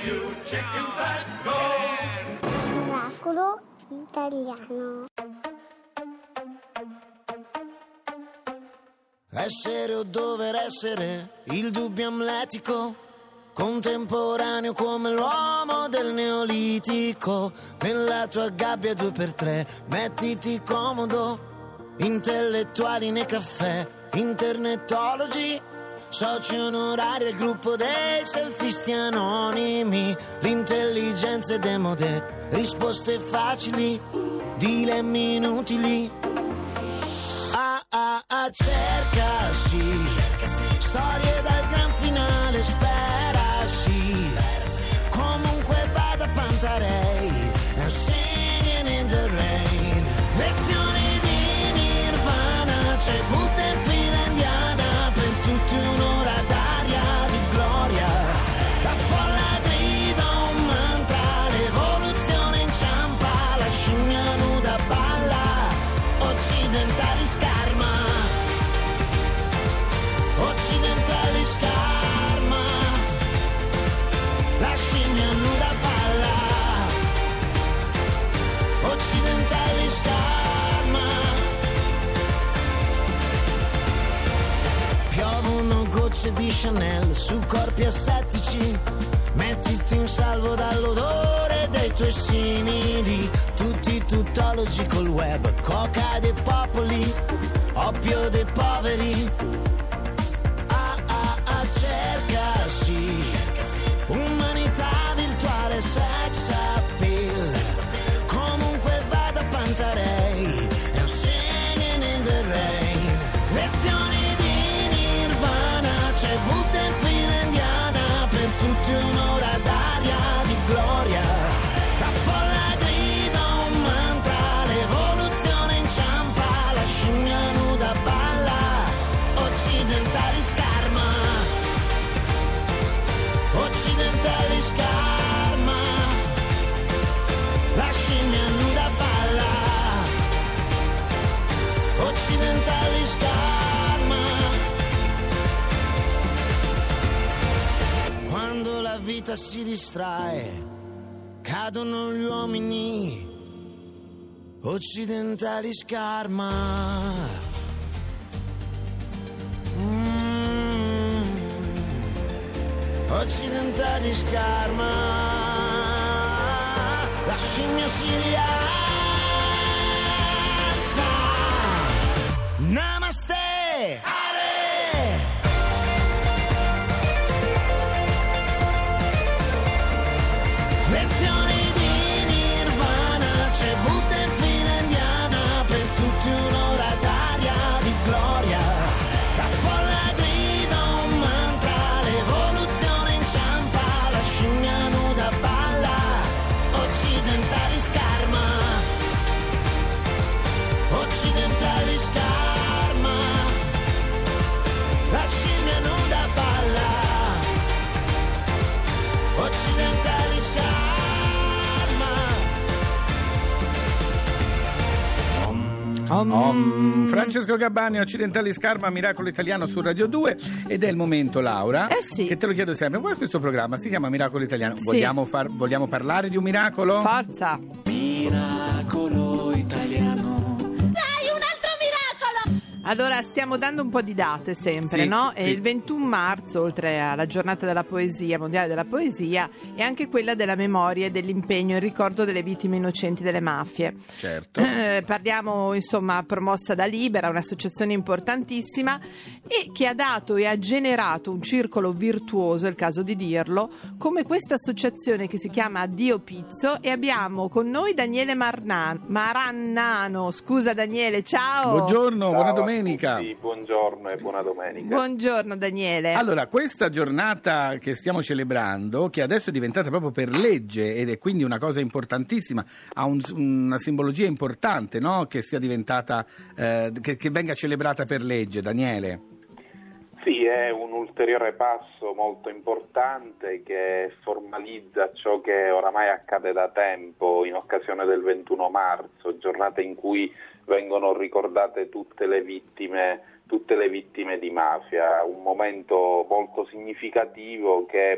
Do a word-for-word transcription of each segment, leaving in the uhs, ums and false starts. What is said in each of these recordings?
you chicken fat, go! Miracolo italiano. Essere o dover essere, il dubbio amletico, contemporaneo come l'uomo del Neolitico. Nella tua gabbia due per tre, mettiti comodo, intellettuali nei caffè, internetologi, soci onorari al gruppo dei selfisti anonimi. L'intelligenza è demode, risposte facili, dilemmi inutili. Ah ah ah, cercasi, storie dal gran finale, sperasi, comunque vada Pantarei, and singing in the rain. Lezioni di Nirvana, c'è Buddha in fila indiana, per tutti un'ora d'aria di gloria. La folla grida un mantra, l'evoluzione inciampa, la scimmia nuda balla, occidentali scarma, occidentali scarma, la scimmia nuda balla, occidentali scarma. Piovono gocce di Chanel su corpi assettici, mettiti in salvo dall'odore dei tuoi simili. Tutti tuttologi col web, coca dei popoli, oppio dei poveri. Ah ah ah, cercasi, umanità virtuale, sex appeal, comunque vada Pantarei, and singing in the rain. Lezioni di Nirvana, c'è Buddha in fila indiana, per tutti un'ora d'aria di gloria. La folla grida un mantra, l'evoluzione inciampa, la scimmia nuda balla, occidentali scarma, occidentali scarma, la scimmia nuda balla, occidentali scarma. Quando la vita si distrae, cadono gli uomini, occidentali scarma. Mm. Occidentali scarma, la scimmia si rialza. Namaste, Ale! Lezioni di Nirvana, c'è Buddha in fila indiana, per tutti un'ora d'aria di gloria. La folla grida un mantra, l'evoluzione inciampa, la scimmia nuda balla, occidentali scarma, occidentali scarma, la scimmia nuda balla, occidentali scarma. Om. Om. Francesco Gabbani, Occidentali Scarma, Miracolo Italiano su Radio due, ed è il momento, Laura, Eh sì. che te lo chiedo sempre. Poi questo programma si chiama Miracolo Italiano. Sì. Vogliamo, far, vogliamo parlare di un miracolo? Forza! Miracolo italiano. Dai, un altro miracolo! Allora, stiamo dando un po' di date sempre, Sì, no? E sì. il ventuno marzo, oltre alla giornata della poesia, mondiale della poesia, è anche quella della memoria e dell'impegno in ricordo delle vittime innocenti delle mafie. Certo. Eh, parliamo, insomma, promossa da Libera, un'associazione importantissima e che ha dato e ha generato un circolo virtuoso, è il caso di dirlo, come questa associazione che si chiama Addio Pizzo, e abbiamo con noi Daniele Marnan- Marannano. Scusa Daniele, ciao! Buongiorno, Ciao buona a domenica. tutti, buongiorno e buona domenica. Buongiorno Daniele. Allora, questa giornata che stiamo celebrando, che adesso è diventata proprio per legge ed è quindi una cosa importantissima, ha un- una simbologia importante, no? Che sia diventata, eh, che, che venga celebrata per legge, Daniele. Sì, è un ulteriore passo molto importante che formalizza ciò che oramai accade da tempo in occasione del ventuno marzo, giornata in cui vengono ricordate tutte le vittime, tutte le vittime di mafia, un momento molto significativo che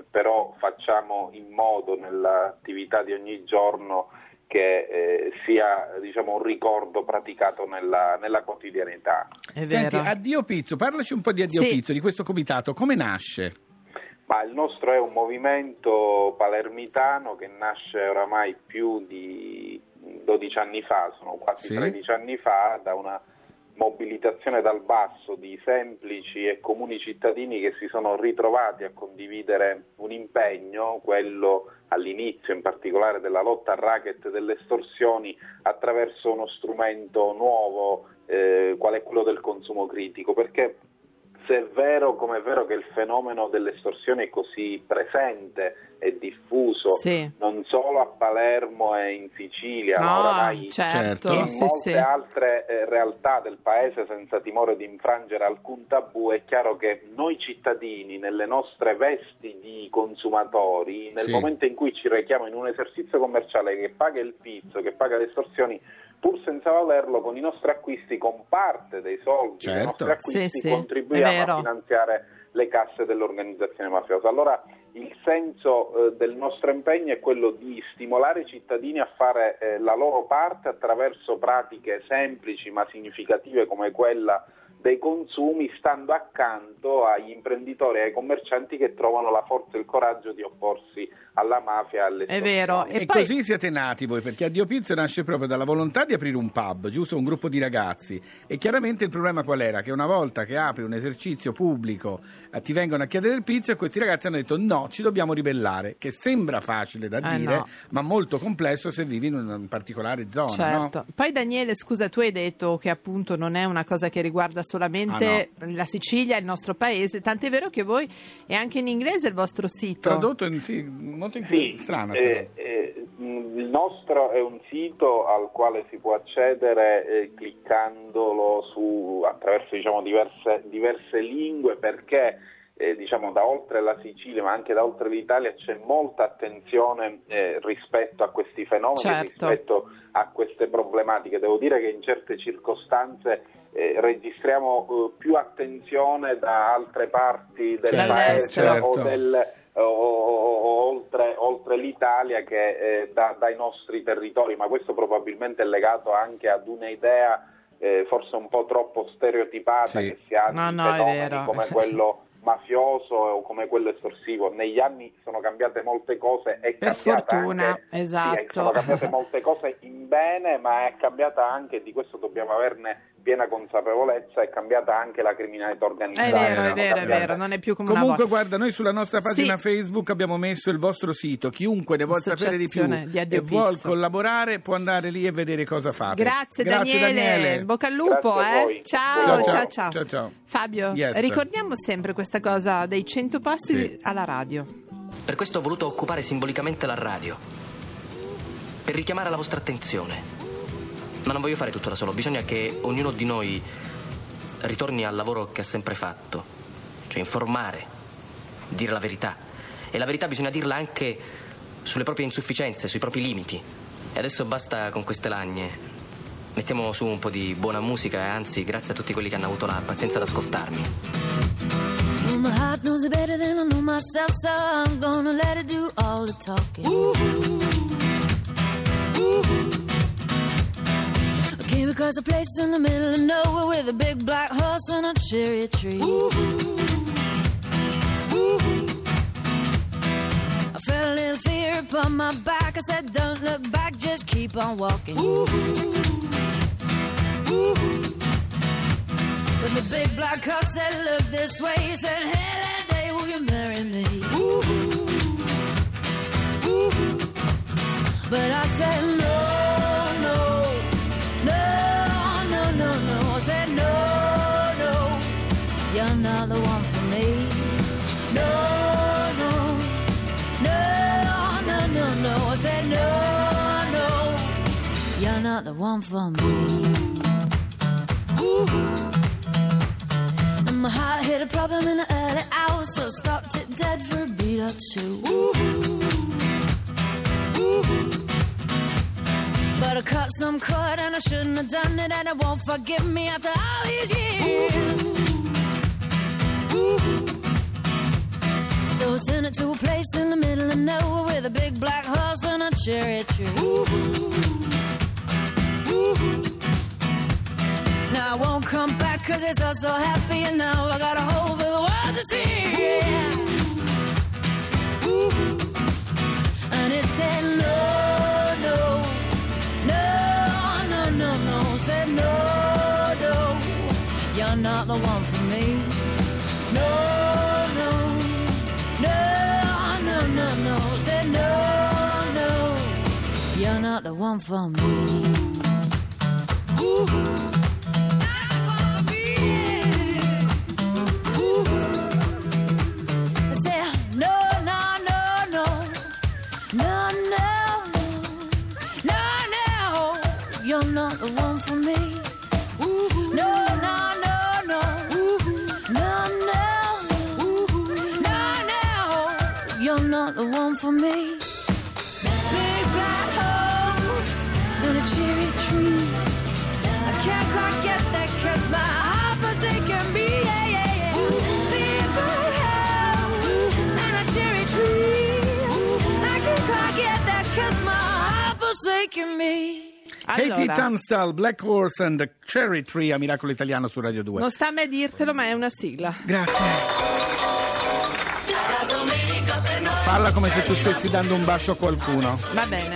però facciamo in modo nell'attività di ogni giorno che eh, sia, diciamo, un ricordo praticato nella, nella quotidianità. È Senti, vero. Addio Pizzo, parlaci un po' di Addio Sì. Pizzo, di questo comitato, come nasce? Ma il nostro è un movimento palermitano che nasce oramai più di dodici anni fa, sono quasi Sì. tredici anni fa, da una mobilitazione dal basso di semplici e comuni cittadini che si sono ritrovati a condividere un impegno, quello all'inizio in particolare della lotta al racket e delle estorsioni, attraverso uno strumento nuovo eh, qual è quello del consumo critico, perché se è vero, come è vero che il fenomeno delle estorsioni è così presente e diffuso, Sì. non solo a Palermo e in Sicilia, ma No, oramai certo, in sì, molte sì. altre eh, realtà del paese, senza timore di infrangere alcun tabù, è chiaro che noi cittadini, nelle nostre vesti di consumatori, nel Sì. momento in cui ci rechiamo in un esercizio commerciale che paga il pizzo, che paga le estorsioni, pur senza volerlo, con i nostri acquisti, con parte dei soldi dei Certo. nostri acquisti, Sì, sì, contribuiamo è vero. a finanziare le casse dell'organizzazione mafiosa. Allora il senso eh, del nostro impegno è quello di stimolare i cittadini a fare eh, la loro parte attraverso pratiche semplici ma significative come quella dei consumi, stando accanto agli imprenditori e ai commercianti che trovano la forza e il coraggio di opporsi alla mafia e alle È vero. estorsioni. E, E poi- così siete nati voi, perché Addio Pizzo nasce proprio dalla volontà di aprire un pub, giusto? Un gruppo di ragazzi. E chiaramente il problema qual era? Che una volta che apri un esercizio pubblico eh, ti vengono a chiedere il pizzo, e questi ragazzi hanno detto no, ci dobbiamo ribellare, che sembra facile da Eh, dire, no. ma molto complesso se vivi in una particolare zona, Certo. no? Poi Daniele, scusa, tu hai detto che appunto non è una cosa che riguarda solamente Ah, la Sicilia, il nostro paese, tant'è vero che voi è anche in inglese il vostro sito. Tradotto in, sì, molto in, Sì, strana. eh, eh, il nostro è un sito al quale si può accedere eh, cliccandolo su, attraverso, diciamo, diverse, diverse lingue, perché eh, diciamo, da oltre la Sicilia ma anche da oltre l'Italia c'è molta attenzione eh, rispetto a questi fenomeni, Certo. rispetto a queste problematiche. Devo dire che in certe circostanze eh, registriamo eh, più attenzione da altre parti del Certo, paese certo. o del O, o- o oltre, oltre l'Italia che eh, da, dai nostri territori, ma questo probabilmente è legato anche ad un'idea eh, forse un po' troppo stereotipata Sì. che si ha No, di no, è fenomeni vero. come quello mafioso o come quello estorsivo. Negli anni sono cambiate molte cose, è Per cambiata fortuna, anche, esatto. sì, sono cambiate molte cose in bene, ma è cambiata anche, di questo dobbiamo averne piena consapevolezza, è cambiata anche la criminalità organizzata. È vero, è Sono vero, è cambiate- vero, non è più come Comunque una volta. guarda, noi sulla nostra pagina Sì. Facebook abbiamo messo il vostro sito, chiunque ne vuol sapere di più Associazione di Addio e vuol Pizzo. collaborare può andare lì e vedere cosa fate. Grazie, Daniele. Daniele. Bocca al lupo, Grazie a eh. voi. Ciao, Ciao, ciao, ciao. ciao. Ciao, ciao. Fabio, Yes. ricordiamo sempre questa cosa dei cento passi Sì. alla radio. Per questo ho voluto occupare simbolicamente la radio, per richiamare la vostra attenzione. Ma non voglio fare tutto da solo, bisogna che ognuno di noi ritorni al lavoro che ha sempre fatto, cioè informare, dire la verità. E la verità bisogna dirla anche sulle proprie insufficienze, sui propri limiti. E adesso basta con queste lagne. Mettiamo su un po' di buona musica e anzi, grazie a tutti quelli che hanno avuto la pazienza ad ascoltarmi. Well, my heart knows it better than I know myself, so I'm gonna let it do all the talking. Ooh, ooh. I came across a place in the middle of nowhere with a big black horse and a cherry tree. Ooh, ooh. I felt a little fear upon my back. I said, don't look back, just keep on walking. Ooh, ooh. But the big black horse said, look this way. He said, hey, that day, will you marry me? Ooh, ooh. But I said, no, no, no, no, no, no. I said, no, no, you're not the one for me. No, no, no, no, no, no. I said, no, no, you're not the one for me. Ooh. My heart hit a problem in the early hours, so I stopped it dead for a beat or two. Ooh, ooh. But I caught some cord and I shouldn't have done it, and it won't forgive me after all these years. Ooh. So send it to a place in the middle of nowhere with a big black horse and a cherry tree. Ooh-hoo. Ooh-hoo. Now I won't come back cause it's all so happy, and now I got a hole for the world to see. Yeah. Ooh-hoo. And it said no, no, no, no, no, no. Said no, no, you're not the one for me. No, no, no, no, no, no. Said no, no, you're not the one for me. Ooh. You're not the one for me. Ooh, no, no, no, no. Ooh, no, no. Ooh, no, no. You're not the one for me. Big black holes and a cherry tree. I can't quite get that cause my heart forsaken me. Yeah, yeah, yeah. Big black holes and a cherry tree. I can't quite get that cause my heart forsaken me. Katie Allora, Tunstall, Black Horse and the Cherry Tree a Miracolo Italiano su Radio due. non sta a me dirtelo, ma è una sigla. Grazie. Parla come se tu stessi dando un bacio a qualcuno. Va bene.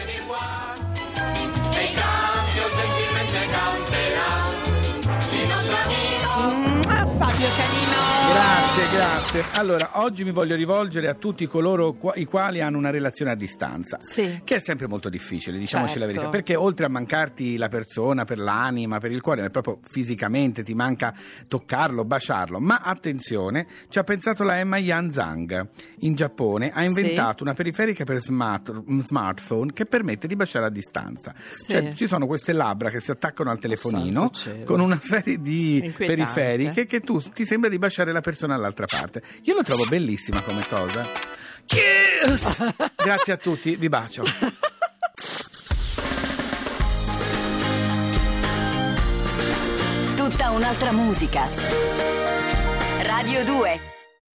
Mm, ah, Fabio Canino. Grazie, grazie. Allora, oggi mi voglio rivolgere a tutti coloro qua- i quali hanno una relazione a distanza, Sì. che è sempre molto difficile, diciamoci Certo. la verità, perché oltre a mancarti la persona per l'anima, per il cuore, ma proprio fisicamente ti manca toccarlo, baciarlo. Ma attenzione, ci ha pensato la Emma Yan Zhang in Giappone, ha inventato una periferica per smart- smartphone che permette di baciare a distanza. Sì. Cioè, ci sono queste labbra che si attaccano al telefonino Santo cielo. con una serie di Inquietante. periferiche che tu ti sembra di baciare la persona all'altra parte. Io lo trovo bellissima come cosa. Kiss! Grazie a tutti, vi bacio. Tutta un'altra musica. Radio due.